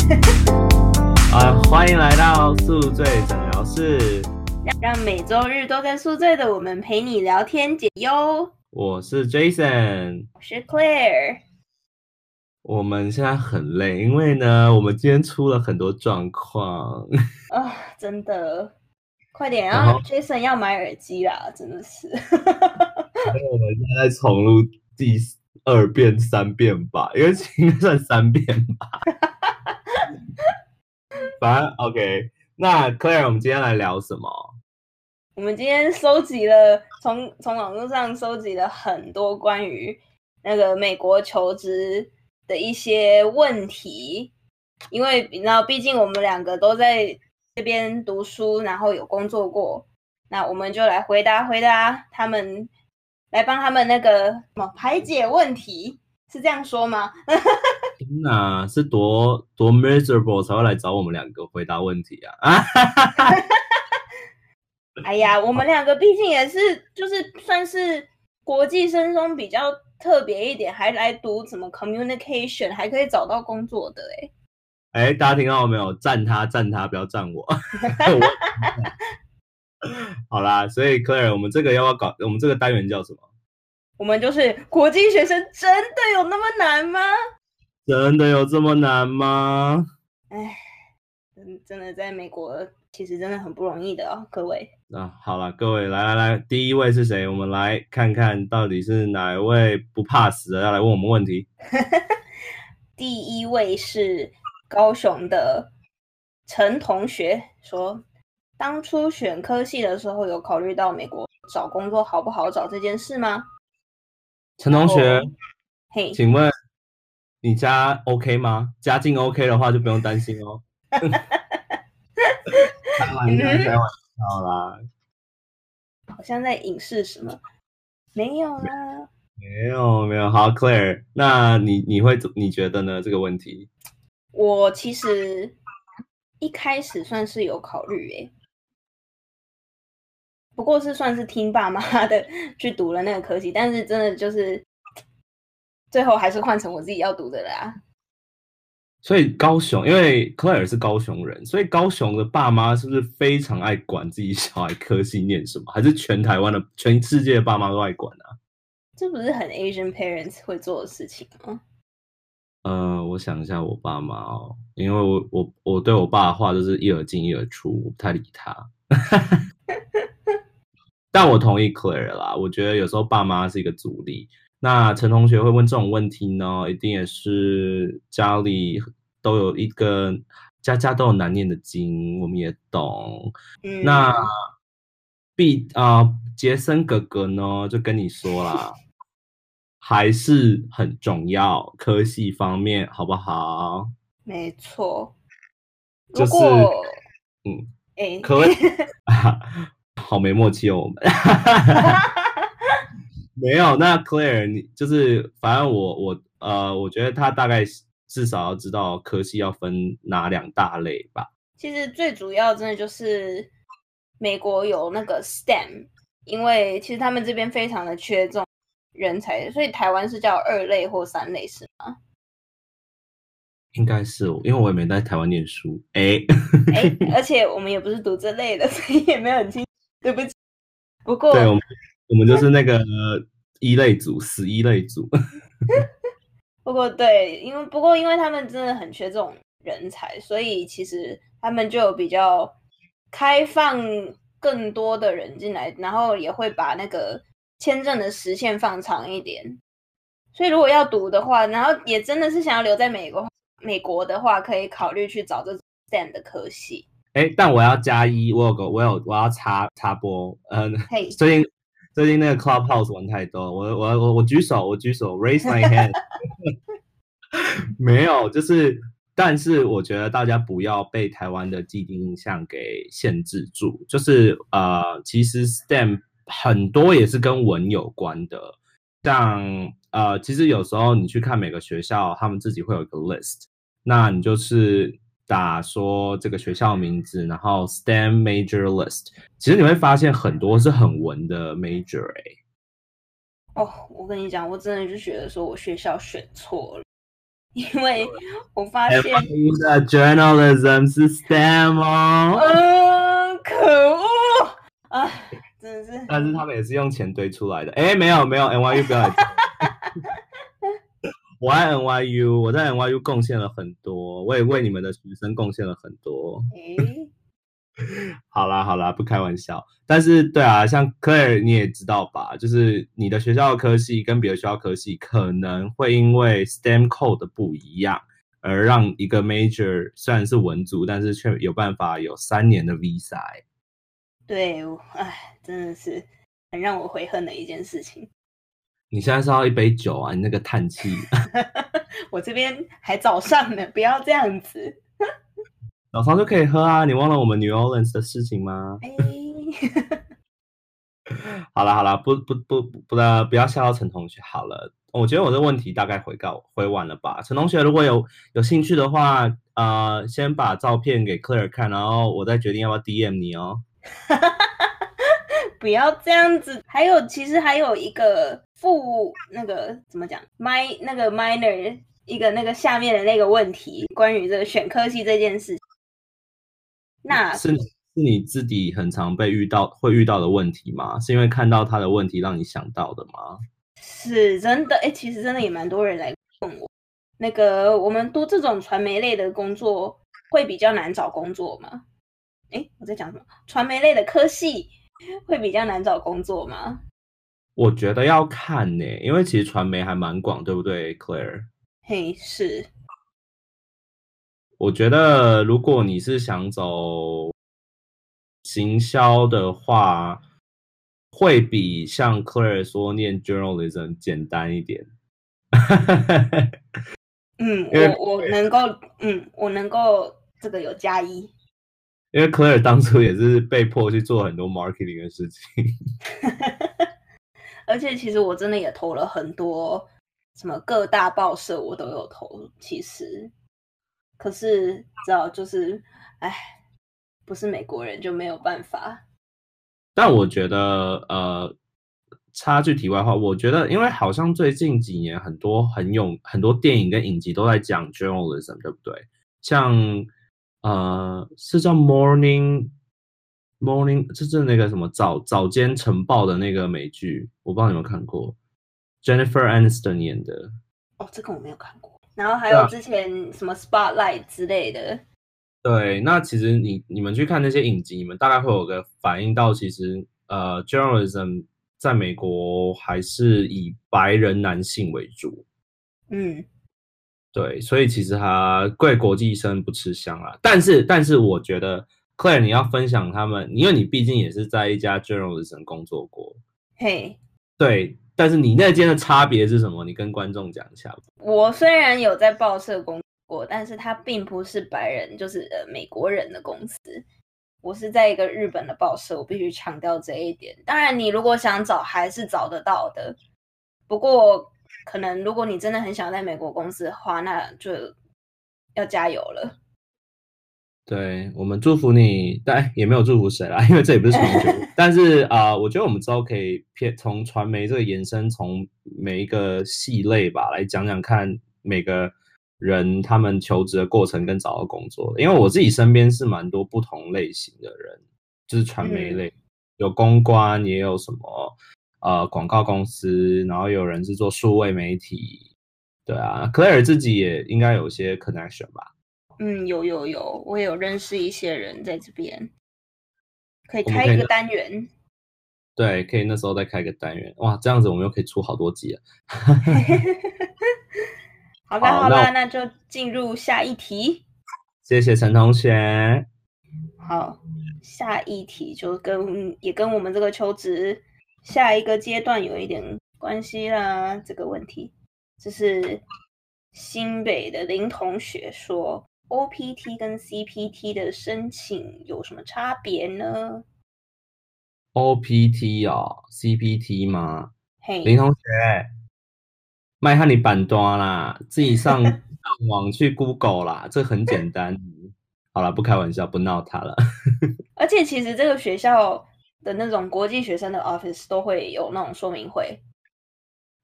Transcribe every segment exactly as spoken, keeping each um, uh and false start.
啊，欢迎来到宿醉诊疗室， 让每周日都在宿醉的我们陪你聊天解忧。 我是 Jason， 我是 Claire。 我们现在很累，因为呢，我们今天出了很多状况。 啊、真的，快点， 然后然后 Jason 要买耳机啦，真的是。 所以我们现在重录第二遍、三遍吧，因为应该算三遍吧。反正 OK， 那 Claire， 我们今天来聊什么？ 我们今天收集了从从网络上收集了很多关于那个美国求职的一些问题，因为你知道，毕竟我们两个都在这边读书，然后有工作过，那我们就来回答回答他们，来帮他们那个什么排解问题，是这样说吗？ 天哪，是多多 miserable 才会来找我们两个回答问题啊！啊哎呀，我们两个毕竟也是，就是算是国际生中比较特别一点，还来读什么 communication， 还可以找到工作的哎。 哎，大家听到没有？赞他，赞他，不要赞我。好啦，所以 Claire， 我们这个要不要搞？我们这个单元叫什么？ 我们就是国际学生，真的有那么难吗？ 真的有这么难吗？ 哎，真真的在美国，其实真的很不容易的哦，各位。 啊，好了，各位，来来来，第一位是谁？我们来看看到底是哪一位不怕死的要来问我们问题。 第一位是高雄的陈同学说，当初选科系的时候有考虑到美国找工作好不好找这件事吗？ 陈同学， 嘿， 请问你家 OK 吗？家境 OK 的话就不用担心哦。开玩笑，开玩笑啦。 好像在影视什么？没有啦。 没有没有，好 Claire， 那你你会你觉得呢？这个问题， 我其实一开始算是有考虑诶，不过是算是听爸妈的去读了那个科系，但是真的就是最后还是换成我自己要读的啦。 所以高雄，因为 Claire 是高雄人，所以高雄的爸妈是不是非常爱管自己小孩科系念什么？还是全台湾的、全世界的爸妈都爱管啊？ 这不是很 Asian parents 会做的事情吗？ 呃，我想一下，我爸妈哦，因为我我我对我爸的话就是一耳进一耳出，我不太理他。但我同意 Claire 啦，我觉得有时候爸妈是一个阻力。那陈同学会问这种问题呢，一定也是家里都有一个家家都有难念的经，我们也懂。 嗯， 那毕啊、呃，杰森哥哥呢就跟你说啦，还是很重要，科系方面好不好？ 没错。 就是如果嗯， 哎， 科好没默契哦，我们。没有，那 Claire， 你就是反正我我呃，我觉得他大概至少要知道科系要分哪两大类吧。 其实最主要真的就是美国有那个 S T E M， 因为其实他们这边非常的缺这种人才，所以台湾是叫二类或三类是吗？ 应该是，因为我也没在台湾念书，哎哎，而且我们也不是读这类的，所以也没有很清楚，对不起。不过， 对，我们我们就是那个一类组，死一类组。 不过对，因为不过因为他们真的很缺这种人才，所以其实他们就有比较开放更多的人进来，然后也会把那个签证的时限放长一点。所以如果要读的话，然后也真的是想要留在美国美国的话，可以考虑去找这种 S T E M 的科系。 哎，但我要加一，我有个我有我要插插播，嗯、呃， Hey. 最近最近那个 Clubhouse 玩太多，我我我我举手，我举手 ，raise my hand。没有，就是，但是我觉得大家不要被台湾的既定印象给限制住，就是呃，其实 S T E M 很多也是跟文有关的，像呃，其实有时候你去看每个学校，他们自己会有一个 list， 那你就是打说这个学校名字，然后 S T E M major list， 其实你会发现很多是很文的 major 哎、欸。 哦，我跟你讲，我真的就觉得说我学校选错了。 因为我发现 N Y U 的 journalism 是 S T E M 哦。 嗯，可恶！哎，真的是。 但是他们也是用钱堆出来的。哎，没有没有 ，N Y U 不要来这。我爱 N Y U， 我在 N Y U 贡献了很多，我也为你们的学生贡献了很多。 诶好啦好啦，不开玩笑。但是对啊，像 Claire 你也知道吧，就是你的学校的科系跟别的学校科系可能会因为 S T E M code 的不一样，而让一个 major 虽然是文组，但是却有办法有三年的 visa。 对，哎，真的是很让我悔恨的一件事情。 你现在是要一杯酒啊？你那个叹气。 我这边还早上呢，不要这样子。 早上就可以喝啊！你忘了我们 New Orleans 的事情吗？ 哎， 好啦好啦，不不不不不不要吓到陈同学好了。我觉得我的问题大概回告回完了吧。陈同学如果有有兴趣的话，呃，先把照片给 Claire 看，然后我再决定要不要 D M 你哦。 不要这样子。还有，其实还有一个副那个怎么讲，mi 那个 minor 一个那个下面的那个问题，关于这个选科系这件事。那是是你自己很常被遇到会遇到的问题吗？是因为看到他的问题让你想到的吗？ 是真的，哎，其实真的也蛮多人来问我，那个我们读这种传媒类的工作会比较难找工作吗？哎，我在讲什么？传媒类的科系会比较难找工作吗？ 我觉得要看呢、欸，因为其实传媒还蛮广，对不对 ，Claire？ 嘿，是。 我觉得如果你是想走行销的话，会比像 Claire 说念 journalism 简单一点。 嗯， 因为我我能够，嗯，我能够这个有加一。 因为 Claire 当初也是被迫去做很多 marketing 的事情。 而且其实我真的也投了很多什么各大报社，我都有投。其实，可是知道就是，哎，不是美国人就没有办法。 但我觉得，呃，插句题外话，我觉得，因为好像最近几年很多很有很多电影跟影集都在讲 journalism， 对不对？像呃，是叫 Morning Morning，就是那个什么早早间晨报的那个美剧，我不知道你有没有看过，Jennifer Aniston 演的。 哦，这个我没有看过。然后还对啊有之前什么 Spotlight 之类的。 对，那其实你你们去看那些影集，你们大概会有个反应到，其实呃，journalism 在美国还是以白人男性为主。 嗯， 对，所以其实他贵国际生不吃香啊。但是，但是我觉得 Claire 你要分享他们，因为你毕竟也是在一家 journalism 工作过。 嘿， 对，但是你那间的差别是什么？你跟观众讲一下吧。 我虽然有在报社工作过，但是它并不是白人，就是呃美国人的公司。我是在一个日本的报社，我必须强调这一点。当然，你如果想找，还是找得到的。不过，可能如果你真的很想在美国公司的话，那就要加油了。 对，我们祝福你，但也没有祝福谁啦，因为这也不是长久。但是啊、呃我觉得我们之后可以偏从传媒这个延伸，从每一个系类吧来讲讲看每个人他们求职的过程跟找到工作的。因为我自己身边是蛮多不同类型的人，就是传媒类， 嗯有公关，也有什么呃广告公司，然后有人是做数位媒体。对啊，Claire 自己也应该有些 connection 吧。 嗯，有有有，我也有认识一些人在这边，可以我们可以开一个单元。 对，可以那时候再开个单元，哇，这样子我们又可以出好多集了。 好啦好， 好啦， 那我那就进入下一题。 谢谢陈同学。 好，下一题就跟也跟我们这个求职下一个阶段有一点关系啦。这个问题，这是新北的林同学说 ，O P T 跟 C P T 的申请有什么差别呢？ O P T 哦，C P T 吗？ 嘿， 林同学，麦和你板端啦，自己上上网去 Google 啦，这很简单。好了，不开玩笑，不闹他了。 而且其实这个学校的那种国际学生的 office 都会有那种说明会。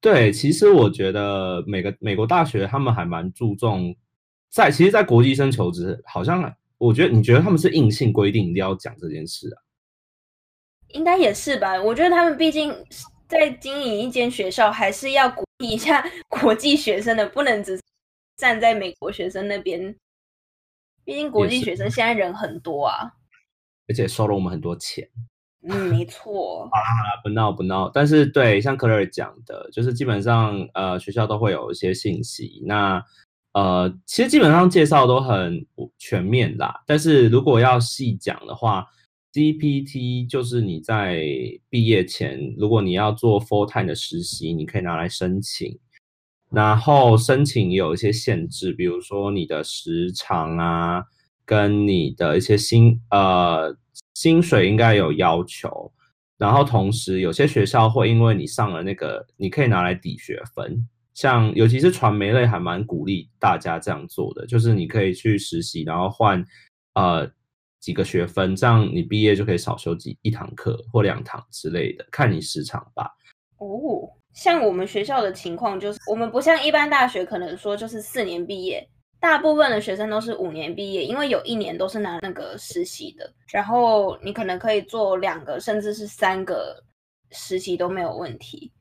对，其实我觉得每个美国大学他们还蛮注重在，其实，在国际生求职，好像我觉得你觉得他们是硬性规定一定要讲这件事啊？ 应该也是吧。我觉得他们毕竟在经营一间学校，还是要鼓励一下国际学生的，不能只站在美国学生那边。毕竟国际学生现在人很多啊， 而且收了我们很多钱。 嗯，没错。 啊，不闹不闹，但是对，像 Claire 讲的，就是基本上呃学校都会有一些信息，那呃其实基本上介绍都很全面啦，但是如果要细讲的话 ，C P T 就是你在毕业前，如果你要做 full time 的实习，你可以拿来申请，然后申请也有一些限制，比如说你的时长啊，跟你的一些薪呃薪水应该有要求。然后同时，有些学校会因为你上了那个，你可以拿来抵学分。像尤其是传媒类，还蛮鼓励大家这样做的，就是你可以去实习，然后换呃几个学分，这样你毕业就可以少修几一堂课或两堂之类的，看你时长吧。 哦，像我们学校的情况就是，我们不像一般大学可能说就是四年毕业，大部分的学生都是五年毕业，因为有一年都是拿那个实习的，然后你可能可以做两个甚至是三个实习都没有问题。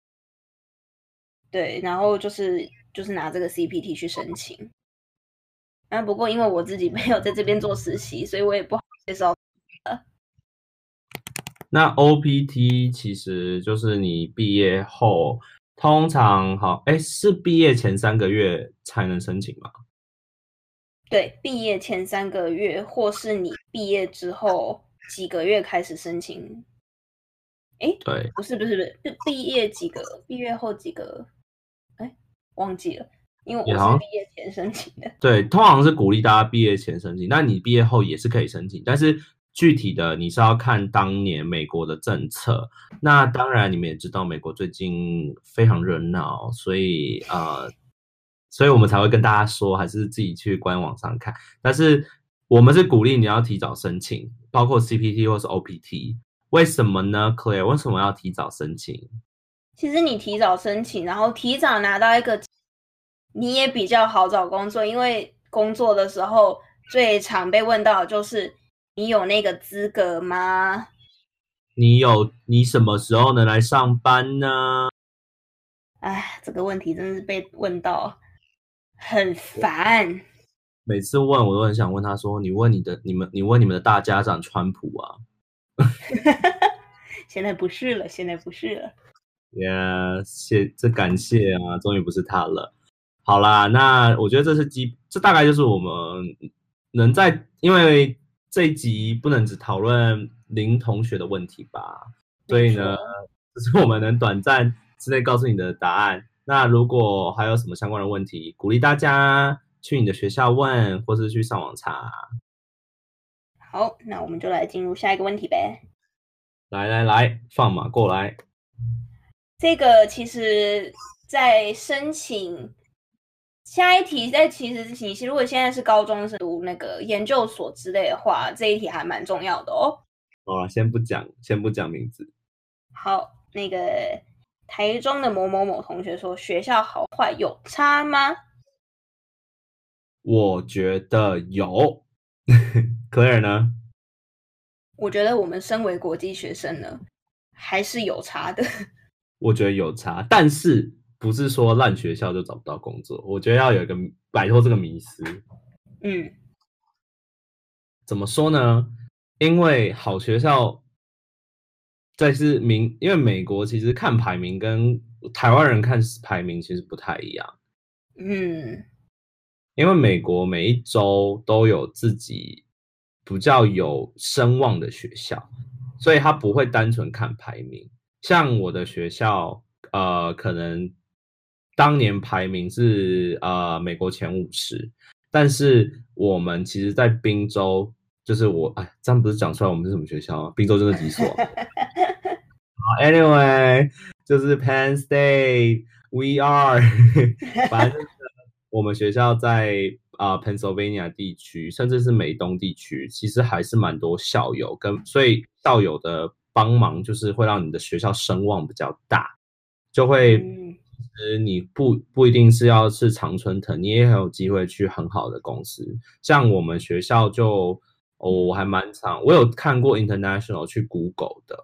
对，然后就是就是拿这个 C P T 去申请。那不过因为我自己没有在这边做实习，所以我也不好介绍。 那 O P T 其实就是你毕业后，通常好，哎，是毕业前三个月才能申请吗？ 对，毕业前三个月，或是你毕业之后几个月开始申请。哎， 对， 不是不是不是，毕业几个，毕业后几个，哎，忘记了，因为我是毕业前申请的。 对，通常是鼓励大家毕业前申请，但你毕业后也是可以申请，但是具体的你是要看当年美国的政策。那当然，你们也知道美国最近非常热闹，所以呃，所以我们才会跟大家说，还是自己去官网上看。但是我们是鼓励你要提早申请，包括 C P T 或是 O P T。为什么呢 ，Claire？为什么要提早申请？ 其实你提早申请，然后提早拿到一个，你也比较好找工作，因为工作的时候最常被问到的就是你有那个资格吗？ 你有你什么时候能来上班呢？ 哎，这个问题真是被问到很烦。 每次问我都很想问他说：“你问你的、你们、你问你们的大家长川普啊？” 现在不是了，现在不是了。 也、yeah, 谢这感谢啊，终于不是他了。好啦，那我觉得这是基，这大概就是我们能在，因为这一集不能只讨论林同学的问题吧，所以呢，这是我们能短暂之内告诉你的答案。那如果还有什么相关的问题，鼓励大家去你的学校问，或是去上网查。 好，那我们就来进入下一个问题呗。 来来来，放马过来。 这个其实，在申请下一题，在其实你如果现在是高中生读那个研究所之类的话，这一题还蛮重要的哦。 好了，先不讲，先不讲名字。 好，那个台中的某某某同学说，学校好坏有差吗？ 我觉得有。Claire 呢？ 我觉得我们身为国际学生呢，还是有差的。 我觉得有差，但是不是说烂学校就找不到工作，我觉得要有一个摆脱这个迷思。 嗯， 怎么说呢？因为好学校再是名，因为美国其实看排名跟台湾人看排名其实不太一样。 嗯， 因为美国每一州都有自己比较有声望的学校，所以他不会单纯看排名。像我的学校，呃，可能当年排名是呃美国前五十，但是我们其实，在宾州，就是我哎，这样不是讲出来我们是什么学校啊？宾州就那几所。好 ，anyway， 就是 Penn State，We are， 反正我们学校在啊、呃、Pennsylvania 地区，甚至是美东地区，其实还是蛮多校友跟，所以校友的帮忙就是会让你的学校声望比较大。 就会嗯其实你不不一定是要是常春藤，你也很有机会去很好的公司。像我们学校就，哦，我还蛮常，我有看过 international 去 Google 的。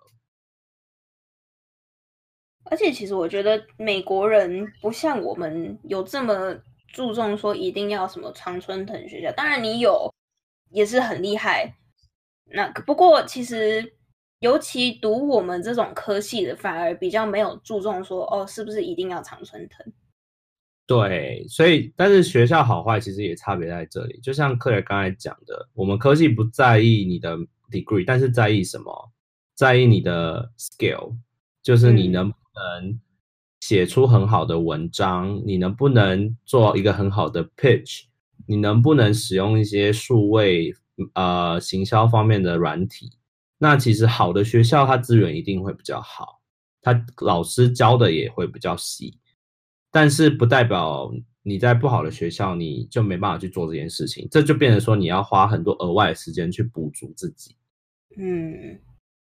而且其实我觉得美国人不像我们有这么注重说一定要什么常春藤学校，当然你有也是很厉害。那不过其实尤其读我们这种科系的，反而比较没有注重说哦是不是一定要常春藤。 对，所以但是学校好坏其实也差别在这里，就像克莱刚才讲的，我们科系不在意你的 degree， 但是在意什么？在意你的 skill， 就是你能不能写出很好的文章，嗯、你能不能做一个很好的 pitch， 你能不能使用一些数位呃行销方面的软体。那其实好的学校它资源一定会比较好，它老师教的也会比较细。但是不代表你在不好的学校你就没办法去做这件事情，这就变成说你要花很多额外的时间去补足自己。 嗯，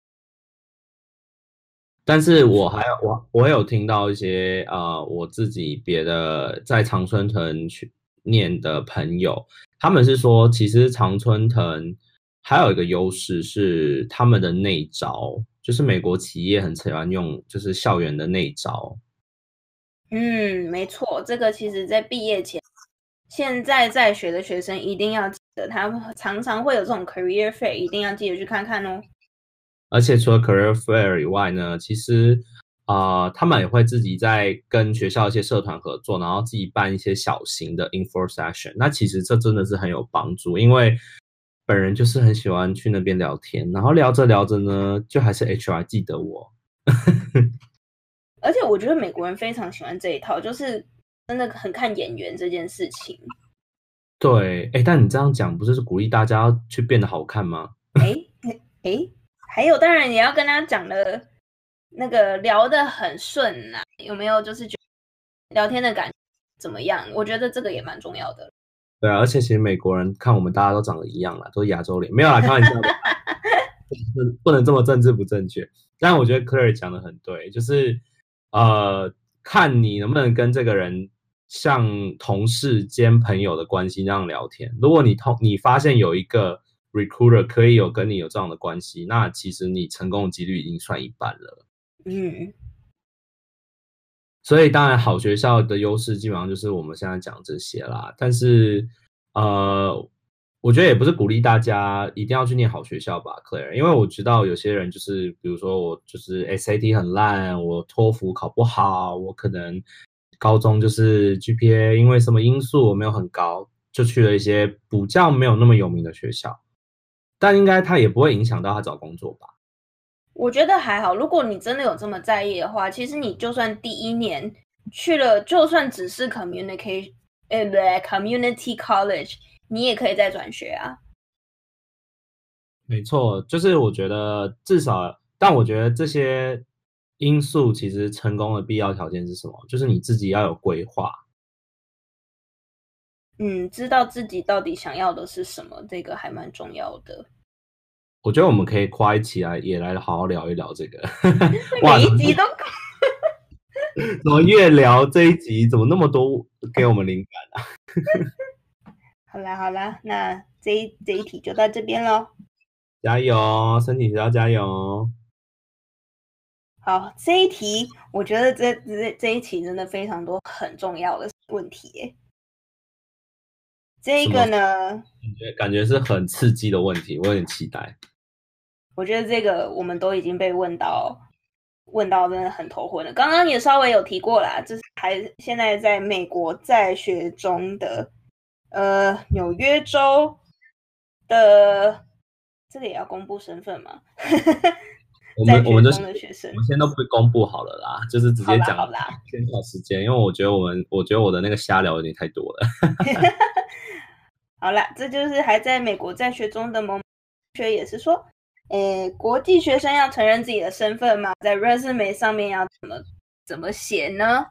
但是我还有我我有听到一些呃我自己别的在常春藤去念的朋友，他们是说其实常春藤还有一个优势是他们的内招，就是美国企业很喜欢用就是校园的内招。 嗯，没错，这个其实在毕业前，现在在学的学生一定要记得，他们常常会有这种 career fair，一定要记得去看看哦。 而且除了 career fair 以外呢，其实啊、呃，他们也会自己在跟学校一些社团合作，然后自己办一些小型的 info session。那其实这真的是很有帮助，因为本人就是很喜欢去那边聊天，然后聊着聊着呢，就还是 H R 记得我。 而且我觉得美国人非常喜欢这一套，就是真的很看眼缘这件事情。 对，哎，但你这样讲不是鼓励大家要去变得好看吗？ 哎哎，还有，当然也要跟他讲的，那个聊得很顺啊，有没有就是觉得聊天的感觉怎么样？我觉得这个也蛮重要的。 对啊，而且其实美国人看我们大家都长得一样啦，都是亚洲脸，没有啦，开玩笑的，不能这么政治不正确。但我觉得 Claire 讲的很对，就是呃，看你能不能跟这个人像同事兼朋友的关系那样聊天。如果你同你发现有一个 recruiter 可以有跟你有这样的关系，那其实你成功的几率已经算一半了。 嗯， 所以当然好学校的优势基本上就是我们现在讲这些啦，但是呃，我觉得也不是鼓励大家一定要去念好学校吧 Claire， 因为我知道有些人就是比如说我就是 S A T 很烂，我托福考不好，我可能高中就是 G P A 因为什么因素我没有很高，就去了一些比较没有那么有名的学校，但应该它也不会影响到他找工作吧。 我觉得还好。如果你真的有这么在意的话，其实你就算第一年去了，就算只是 communication 呃不 community college， 你也可以再转学啊。 没错，就是我觉得至少，但我觉得这些因素其实成功的必要条件是什么？就是你自己要有规划。 嗯，知道自己到底想要的是什么，这个还蛮重要的。 我觉得我们可以跨一起来，也来好好聊一聊这个。 每一集都怎么越聊这一集怎么那么多给我们灵感啊？ 好啦好啦，那这一这一题就到这边咯。 加油，身体也要加油。 好，这一题我觉得这这这一题真的非常多很重要的问题耶。这个呢， 感觉感觉是很刺激的问题，我有点期待。 我觉得这个我们都已经被问到，问到真的很头昏了。刚刚也稍微有提过啦，就是还现在在美国在学中的，呃，纽约州的，这个也要公布身份吗？ 我们我们就在学中的学生， 我们先都不公布好了啦，就是直接讲好啦好啦先找时间，因为我觉得我们我觉得我的那个瞎聊有点太多了。 好啦，这就是还在美国在学中的某学也是说，诶，国际学生要承认自己的身份吗？在 resume 上面要怎么怎么写呢？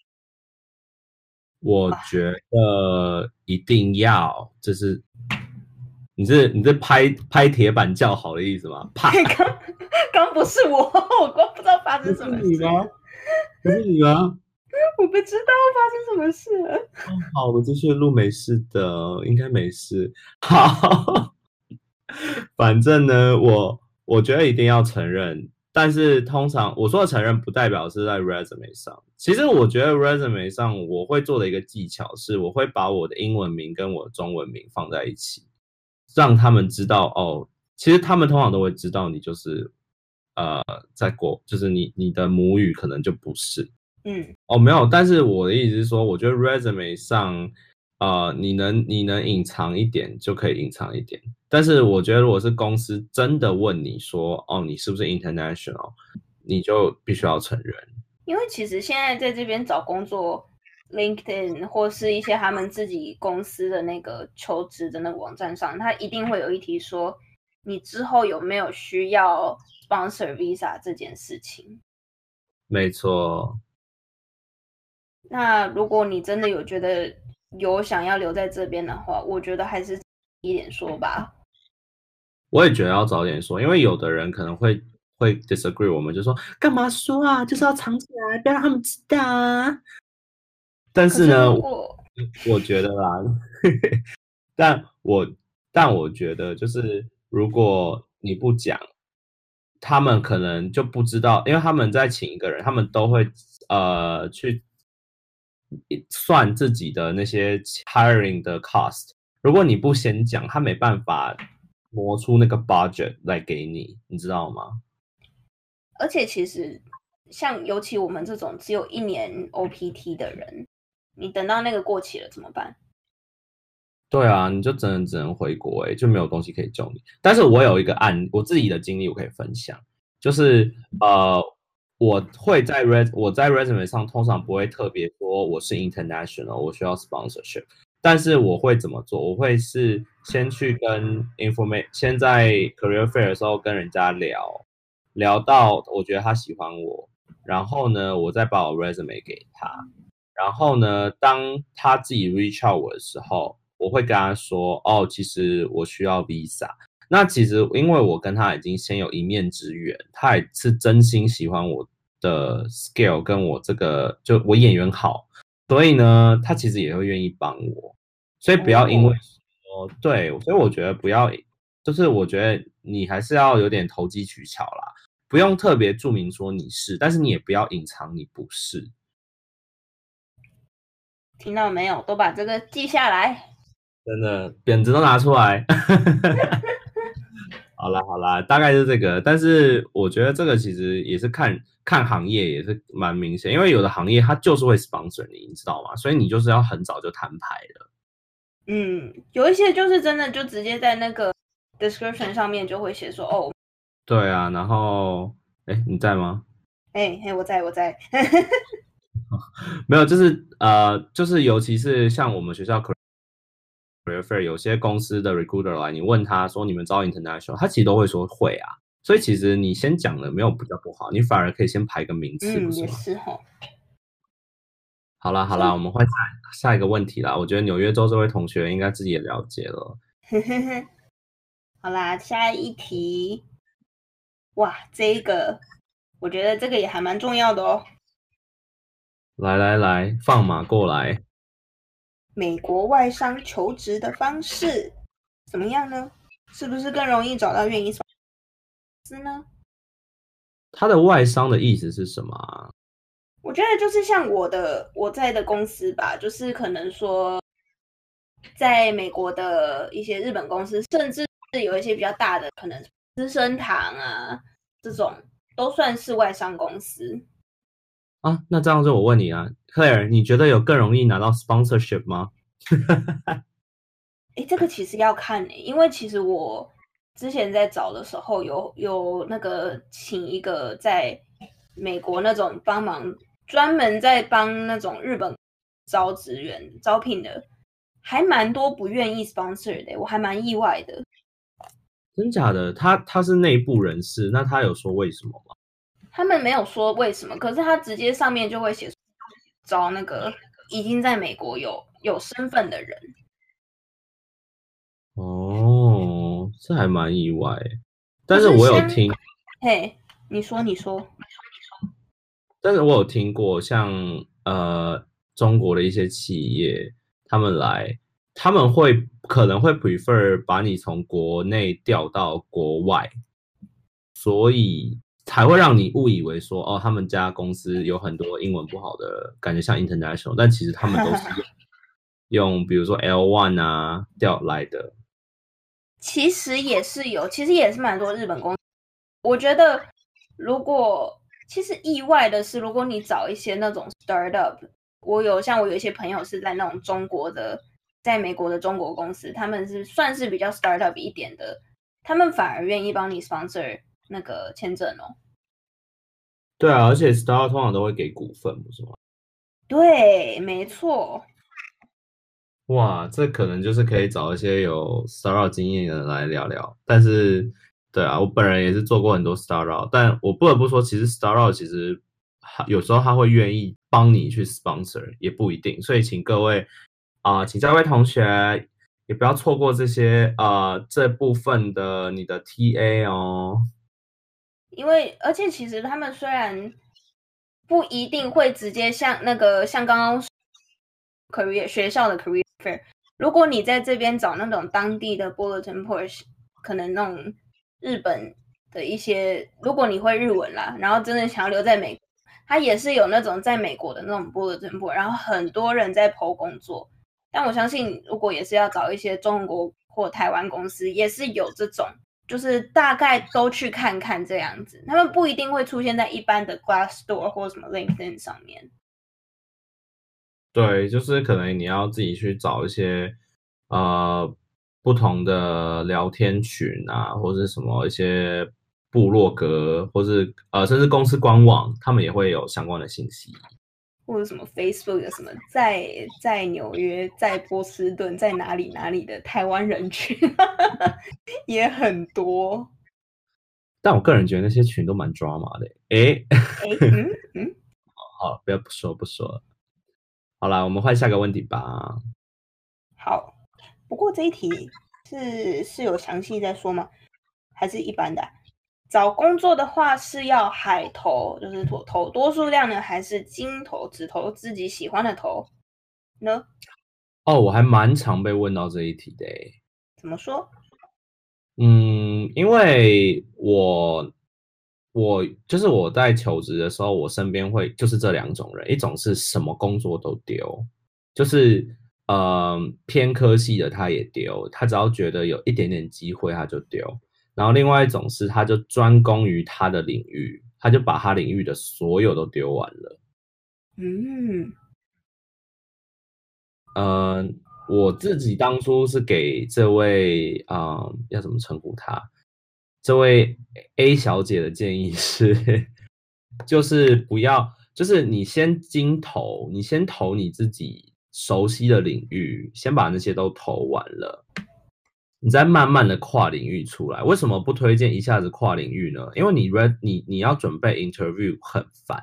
我觉得一定要，就是你是你是拍拍铁板叫好的意思吗？啪！ 刚刚不是我，我刚不知道发生什么事。 不是你吗？ 我不知道发生什么事了。 哦，好，我们继续录，没事的，应该没事。好，反正呢，我我觉得一定要承认，但是通常我说的承认不代表是在 resume 上。其实我觉得 resume 上我会做的一个技巧是，我会把我的英文名跟我的中文名放在一起，让他们知道哦。其实他们通常都会知道你就是呃在国，就是你你的母语可能就不是。 嗯， 哦，没有，但是我的意思是说，我觉得 resume 上，呃，你能你能隐藏一点就可以隐藏一点，但是我觉得如果是公司真的问你说，哦，你是不是 international，你就必须要承认。 因为其实现在在这边找工作，LinkedIn 或是一些他们自己公司的那个求职的那个网站上，它一定会有一题说，你之后有没有需要 sponsor visa 这件事情。 没错。 那如果你真的有觉得有想要留在这边的话，我觉得还是一点说吧。 我也觉得要早点说，因为有的人可能会会 disagree，我们就说干嘛说啊，就是要藏起来，不要让他们知道啊。但可是是呢， 如果我觉得啦，但我但我觉得就是如果你不讲，他们可能就不知道，因为他们在请一个人，他们都会呃去算自己的那些 hiring 的 cost。如果你不先讲，他没办法磨出那个 budget 来给你，你知道吗？ 而且其实像尤其我们这种只有一年 O P T 的人，你等到那个过期了怎么办？ 对啊，你就只能只能回国哎、欸，就没有东西可以救你。但是我有一个案，我自己的经历我可以分享，就是呃，我会在 res 我在 resume 上通常不会特别说我是 international，我需要 sponsorship，但是我会怎么做？我会是先去跟 information，先在 career fair 的时候跟人家聊，聊到我觉得他喜欢我，然后呢，我再把我 resume 给他。然后呢，当他自己 reach out 我的时候，我会跟他说，哦，其实我需要 visa。那其实因为我跟他已经先有一面之缘，他也是真心喜欢我的 skill 跟我这个，就我演员好，所以呢，他其实也会愿意帮我。所以不要因为哦， 说，对，所以我觉得不要，就是我觉得你还是要有点投机取巧啦，不用特别注明说你是，但是你也不要隐藏你不是。 听到没有？都把这个记下来。 真的匾子都拿出来。好啦好啦，大概是这个。但是我觉得这个其实也是看看行业，也是蛮明显，因为有的行业它就是会 sponsor 你，你知道吗？所以你就是要很早就摊牌了。 嗯，有一些就是真的就直接在那个 description 上面就会写说，哦， 对啊，然后，哎，你在吗？ 哎哎，我在我在。 没有，就是呃，就是尤其是像我们学校 career fair，有些公司的 recruiter 来，你问他说你们招 international，他其实都会说会啊。所以其实你先讲了没有比较不好，你反而可以先排个名次，不嗯，也是吗？ 是哈。 好啦好啦，我所以， 们换下下一个问题啦。我觉得纽约州这位同学应该自己也了解了。 好啦，下一题。哇，这个我觉得这个也还蛮重要的哦。 来来来，放马过来。 美国外商求职的方式怎么样呢？是不是更容易找到愿意公司呢？ 他的外商的意思是什么啊？ 我觉得就是像我的我在的公司吧，就是可能说，在美国的一些日本公司，甚至是有一些比较大的，可能资生堂啊这种，都算是外商公司。 啊，那这样就我问你啊，Claire，你觉得有更容易拿到 sponsorship 吗？ 诶，这个其实要看诶，因为其实我之前在找的时候有有那个请一个在美国那种帮忙，专门在帮那种日本招职员招聘的，还蛮多不愿意 sponsor 的，我还蛮意外的。 真假的？他他是内部人士，那他有说为什么吗？ 他们没有说为什么，可是他直接上面就会写招那个已经在美国有有身份的人。 哦，这还蛮意外。但是可是相， 我有听， 嘿，你说你说。 但是我有听过像呃中国的一些企业，他们来他们会可能会 prefer 把你从国内调到国外，所以才会让你误以为说哦，他们家公司有很多英文不好的感觉像 international，但其实他们都是用用比如说 L 一 啊调来的。 其实也是有，其实也是蛮多日本公司。我觉得如果其实意外的是，如果你找一些那种 startup，我有像我有一些朋友是在那种中国的，在美国的中国公司，他们是算是比较 startup 一点的，他们反而愿意帮你 sponsor 那个签证哦。 对啊，而且 startup 通常都会给股份，不是吗？ 对，没错。 哇，这可能就是可以找一些有 startup 经验的人来聊聊。但是，对啊，我本人也是做过很多 startup，但我不得不说，其实 startup 其实有时候他会愿意帮你去 sponsor，也不一定。所以，请各位啊、呃请各位同学也不要错过这些呃这部分的你的 T A 哦。 因为而且其实他们虽然不一定会直接像那个像刚刚 career 学校的 career fair，如果你在这边找那种当地的 bulletin board，可能那种日本的一些，如果你会日文啦，然后真的想要留在美国，它也是有那种在美国的那种 bulletin board，然后很多人在 po 工作。但我相信，如果也是要找一些中国或台湾公司，也是有这种，就是大概都去看看这样子。他们不一定会出现在一般的 Glassdoor 或什么 LinkedIn 上面。 对，就是可能你要自己去找一些呃不同的聊天群啊，或者什么一些部落格，或是呃甚至公司官网，他们也会有相关的信息。 或者什么 Facebook 的什么在在纽约、在波士顿、在哪里哪里的台湾人群也很多。 但我个人觉得那些群都蛮 drama 的。诶， 哎，嗯嗯， 好，不要不说不说了。好啦，我们换下个问题吧。 好。不过这一题是是有详细在说吗？还是一般的啊？找工作的话是要海投，就是投投多数量呢，还是精投，只投自己喜欢的投呢？ 哦，我还蛮常被问到这一题的诶。 怎么说？ 嗯，因为我我就是我在求职的时候，我身边会就是这两种人，一种是什么工作都丢，就是呃偏科系的他也丢，他只要觉得有一点点机会他就丢。然后另外一种是他就专攻于他的领域，他就把他领域的所有都丢完了。 嗯， 呃，我自己当初是给这位啊、呃要怎么称呼她？这位 A 小姐的建议是，就是不要，就是你先精投，你先投你自己熟悉的领域，先把那些都投完了，你再慢慢的跨领域出来。为什么不推荐一下子跨领域呢？因为你 re 你你要准备 interview 很烦。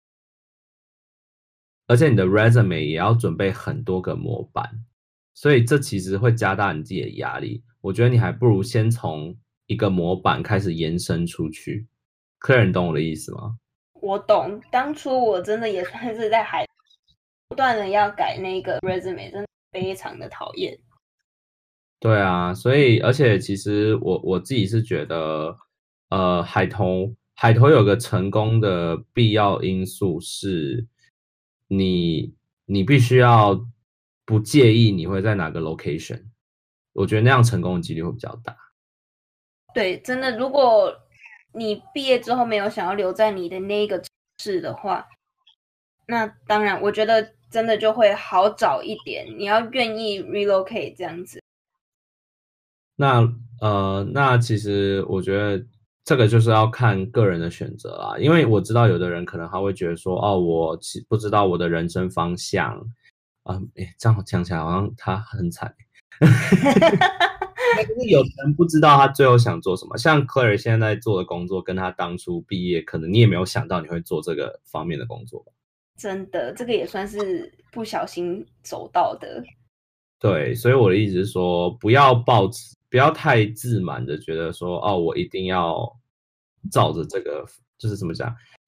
而且你的 resume 也要准备很多个模板，所以这其实会加大你自己的压力。我觉得你还不如先从一个模板开始延伸出去。客人懂我的意思吗？ 我懂。当初我真的也算是在海不断的要改那个 resume，真的非常的讨厌。 对啊，所以而且其实我我自己是觉得，呃，海投海投有个成功的必要因素是你你必须要不介意你会在哪个 location，我觉得那样成功的几率会比较大。 对，真的，如果你毕业之后没有想要留在你的那个城市的话，那当然，我觉得真的就会好找一点。你要愿意 relocate 这样子。 那呃，那其实我觉得这个就是要看个人的选择啦，因为我知道有的人可能他会觉得说，哦，我其不知道我的人生方向啊，诶，这样讲起来好像他很惨。但是有的人不知道他最后想做什么，像 Claire 现在在做的工作，跟他当初毕业，可能你也没有想到你会做这个方面的工作吧。 真的，这个也算是不小心走到的。 对，所以我的意思是说，不要抱持，不要太自满的觉得说，哦，我一定要照着这个，就是怎么讲，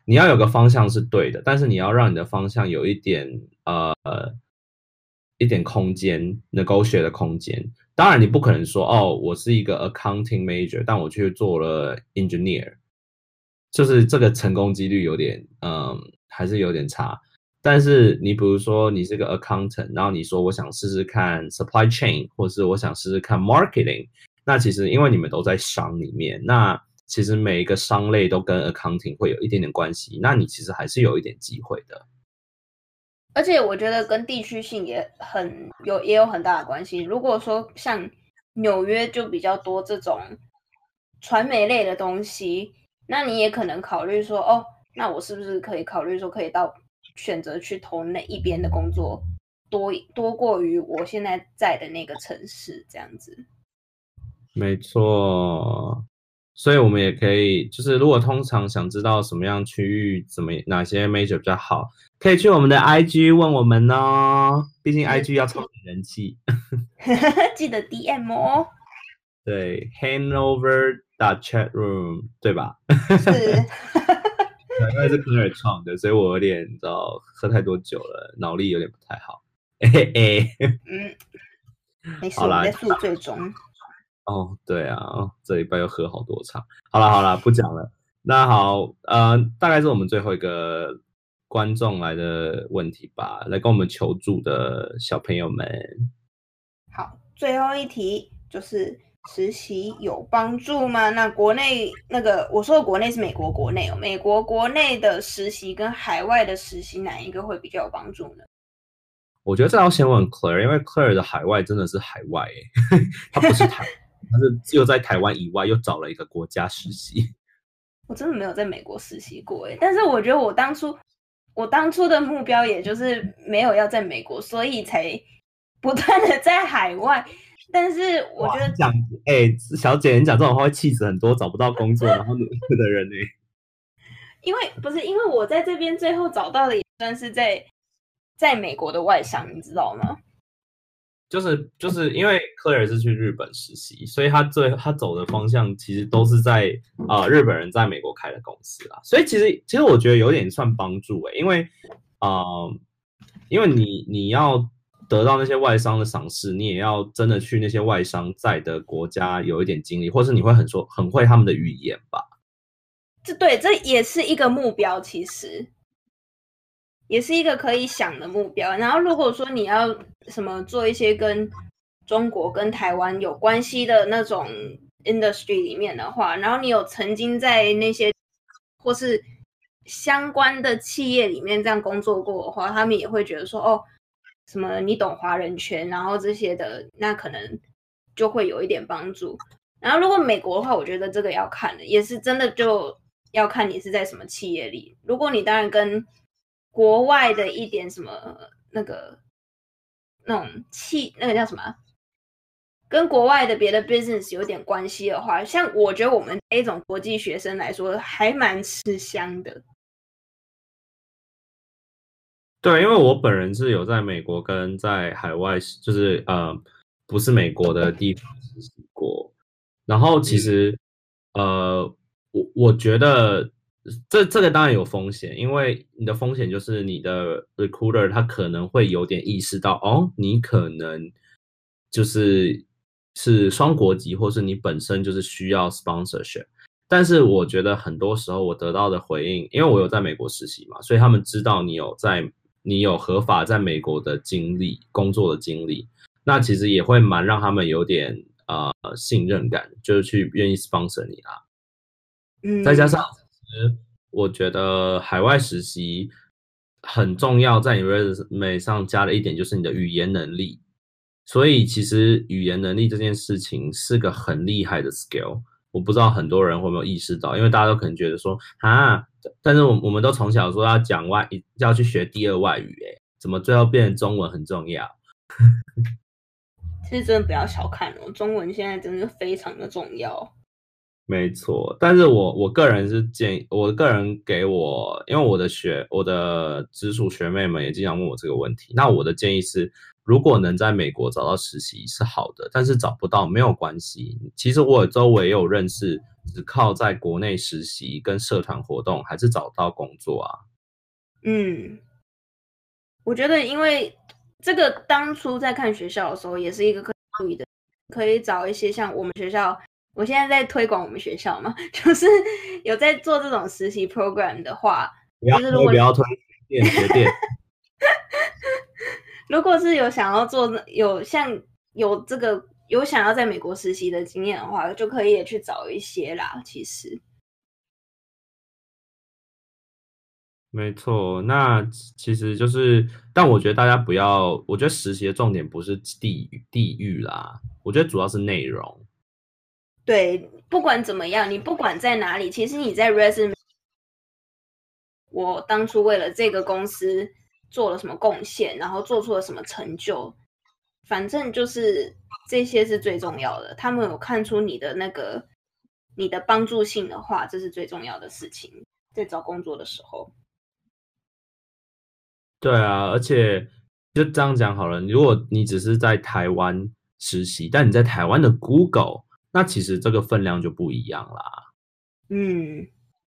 你要有个方向是对的，但是你要让你的方向有一点呃一点空间 negotiate 的空间。当然你不可能说哦，我是一个 accounting major， 但我去做了 engineer， 就是这个成功几率有点嗯还是有点差。但是你比如说你是个 accountant， 然后你说我想试试看 supply chain， 或是我想试试看 marketing， 那其实因为你们都在商里面，那其实每一个商类都跟 accounting 会有一点点关系，那你其实还是有一点机会的。 而且我觉得跟地区性也很有也有很大的关系。如果说像纽约就比较多这种传媒类的东西，那你也可能考虑说，哦，那我是不是可以考虑说可以到选择去投那一边的工作多多过于我现在在的那个城市这样子。 没错，所以我们也可以，就是如果通常想知道什么样区域怎么哪些 major 比较好，可以去我们的 I G 问我们哦，毕竟 I G 要超级人气。 记得 D M 哦。 对 ，Hanover chat room 对吧？ 是。 因为是科尔创的，所以我有点你知道喝太多酒了，脑力有点不太好。嘿嘿。 嗯，没事，我们在宿醉中。 哦，对啊，这礼拜又喝好多场。好啦好啦，不讲了。那好，呃，大概是我们最后一个观众来的问题吧，来跟我们求助的小朋友们。 好，最后一题就是实习有帮助吗？那国内那个我说的国内是美国国内哦，美国国内的实习跟海外的实习哪一个会比较有帮助呢？ 我觉得这要先问 Claire， 因为 Claire 的海外真的是海外诶，他不是台湾，他是只有在台湾以外又找了一个国家实习。 我真的没有在美国实习过诶，但是我觉得我当初我当初的目标也就是没有要在美国，所以才不断的在海外。但是我觉得讲，哎、欸，小姐，你讲这种话会气死很多找不到工作然后努力的人呢、欸。 因为不是因为我在这边最后找到的也算是在在美国的外商，你知道吗？ 就是就是因为 Claire 是去日本实习，所以他最他走的方向其实都是在呃日本人在美国开的公司啦，所以其实其实我觉得有点算帮助诶、欸，因为呃因为你你要得到那些外商的赏识，你也要真的去那些外商在的国家有一点经历，或是你会很说很会他们的语言吧。 这对这也是一个目标，其实也是一个可以想的目标。然后如果说你要什么做一些跟中国跟台湾有关系的那种 industry 里面的话，然后你有曾经在那些或是相关的企业里面这样工作过的话，他们也会觉得说，哦，什么你懂华人圈，然后这些的，那可能就会有一点帮助。然后如果美国的话，我觉得这个要看的，也是真的就要看你是在什么企业里。如果你当然跟国外的一点什么那个那种企那个叫什么，跟国外的别的 business 有点关系的话，像我觉得我们这种国际学生来说，还蛮吃香的。 对，因为我本人是有在美国跟在海外，就是呃不是美国的地方实习过。然后其实，呃，我我觉得这这个当然有风险，因为你的风险就是你的 recruiter 他可能会有点意识到，哦，你可能就是是双国籍，或是你本身就是需要 sponsorship。但是我觉得很多时候我得到的回应，因为我有在美国实习嘛，所以他们知道你有在你有合法在美国的经历、工作的经历，那其实也会蛮让他们有点呃信任感，就是去愿意 sponsor 你啦。 嗯， 再加上其实我觉得海外实习很重要，在你 resume 上加了一点就是你的语言能力，所以其实语言能力这件事情是个很厉害的 skill。我不知道很多人会没有意识到，因为大家都可能觉得说啊，但是我我们都从小说要讲外，要去学第二外语，哎，怎么最后变成中文很重要？ 其实真的不要小看哦，中文现在真的非常的重要。 没错，但是我我个人是建议，我个人给我，因为我的学我的直属学妹们也经常问我这个问题，那我的建议是，如果能在美国找到实习是好的，但是找不到没有关系。其实我周围也有认识只靠在国内实习跟社团活动，还是找到工作啊？ 嗯，我觉得因为这个当初在看学校的时候，也是一个可以注意的，可以找一些像我们学校，我现在在推广我们学校嘛，就是有在做这种实习 program 的话， 不要就是如果推，不要推学店学店。 如果是有想要做有像有这个有想要在美国实习的经验的话，就可以也去找一些啦。其实， 没错，那其实就是，但我觉得大家不要，我觉得实习的重点不是地域地域啦，我觉得主要是内容。 对，不管怎么样，你不管在哪里，其实你在 resume， 我当初为了这个公司做了什么贡献，然后做出了什么成就，反正就是这些是最重要的。他们有看出你的那个你的帮助性的话，这是最重要的事情，在找工作的时候。 对啊，而且就这样讲好了，如果你只是在台湾实习，但你在台湾的 Google， 那其实这个分量就不一样啦。 嗯，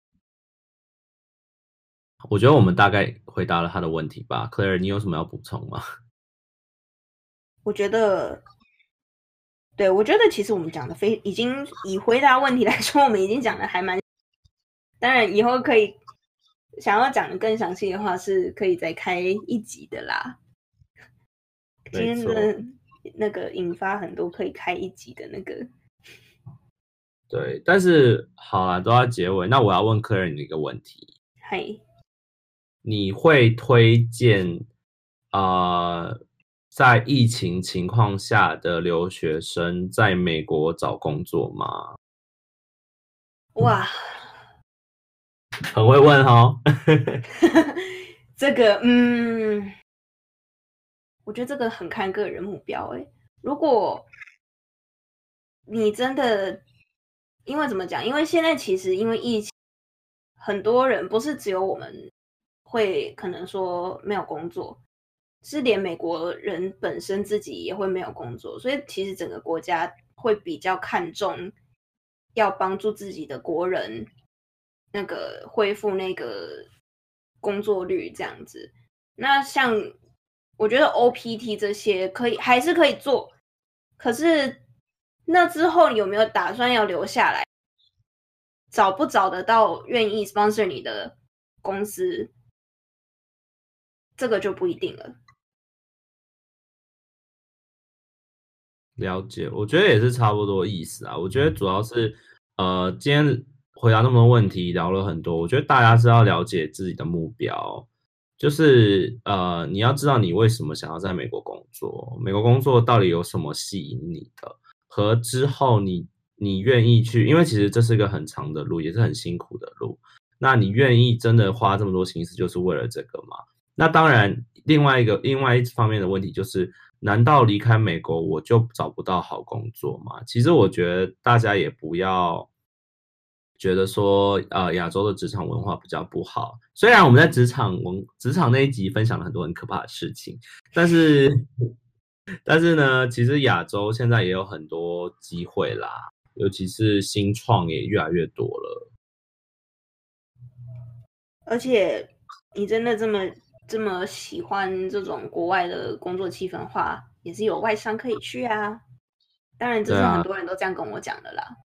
我觉得我们大概回答了他的问题吧。Claire，你有什么要补充吗？ 我觉得，对，我觉得其实我们讲的非已经以回答问题来说，我们已经讲的还蛮。当然，以后可以想要讲的更详细的话，是可以再开一集的啦。今天的那个引发很多可以开一集的那个。 对，但是好啦，都要结尾。那我要问客人一个问题： 嗨， 你会推荐啊、呃，在疫情情况下的留学生在美国找工作吗？ 哇， 很会问哦。 这个，嗯，我觉得这个很看个人目标诶。如果你真的，因为怎么讲？因为现在其实因为疫情，很多人不是只有我们会可能说没有工作，是连美国人本身自己也会没有工作，所以其实整个国家会比较看重要帮助自己的国人那个恢复那个工作率这样子。那像我觉得 O P T 这些可以还是可以做，可是那之后有没有打算要留下来？找不找得到愿意 sponsor 你的公司，这个就不一定了。 了解，我觉得也是差不多意思啊。我觉得主要是，呃，今天回答那么多问题，聊了很多。我觉得大家是要了解自己的目标，就是呃，你要知道你为什么想要在美国工作，美国工作到底有什么吸引你的，和之后你你愿意去，因为其实这是一个很长的路，也是很辛苦的路。那你愿意真的花这么多心思，就是为了这个吗？那当然，另外一个另外一方面的问题就是，难道离开美国我就找不到好工作吗？其实我觉得大家也不要觉得说，呃，亚洲的职场文化比较不好。虽然我们在职场文职场那一集分享了很多很可怕的事情，但是但是呢，其实亚洲现在也有很多机会啦，尤其是新创也越来越多了。 而且你真的这么这么喜欢这种国外的工作气氛的话，也是有外商可以去啊。当然，这是很多人都这样跟我讲的啦。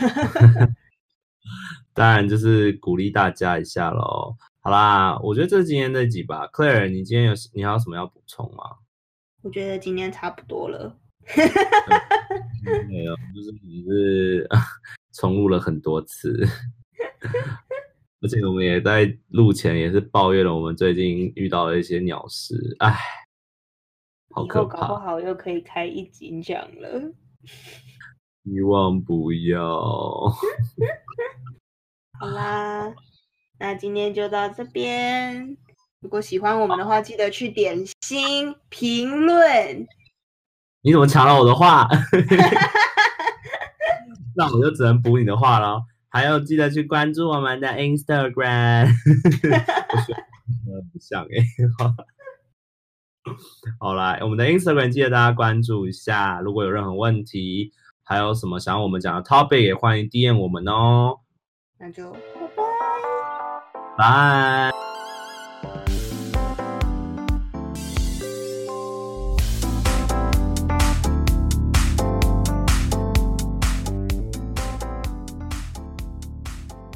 当然就是鼓励大家一下咯。好啦，我觉得这是今天这集吧。Claire，你今天有你还有什么要补充吗？ 我觉得今天差不多了。 没有，就是只是重录了很多次，而且我们也在录前也是抱怨了我们最近遇到的一些鸟事，唉，好可以后搞不怕。 好又可以开一集讲了。 希望不要。 好啦，那今天就到这边。如果喜欢我们的话，记得去点心、评论。 你怎么抢了我的话？那我就只能补你的话了。还有记得去关注我们的 Instagram。我不像哎、欸。好啦，我们的 Instagram 记得大家关注一下。如果有任何问题， 还有什么想要我们讲的 topic 也欢迎 D M 我们哦。 那就拜。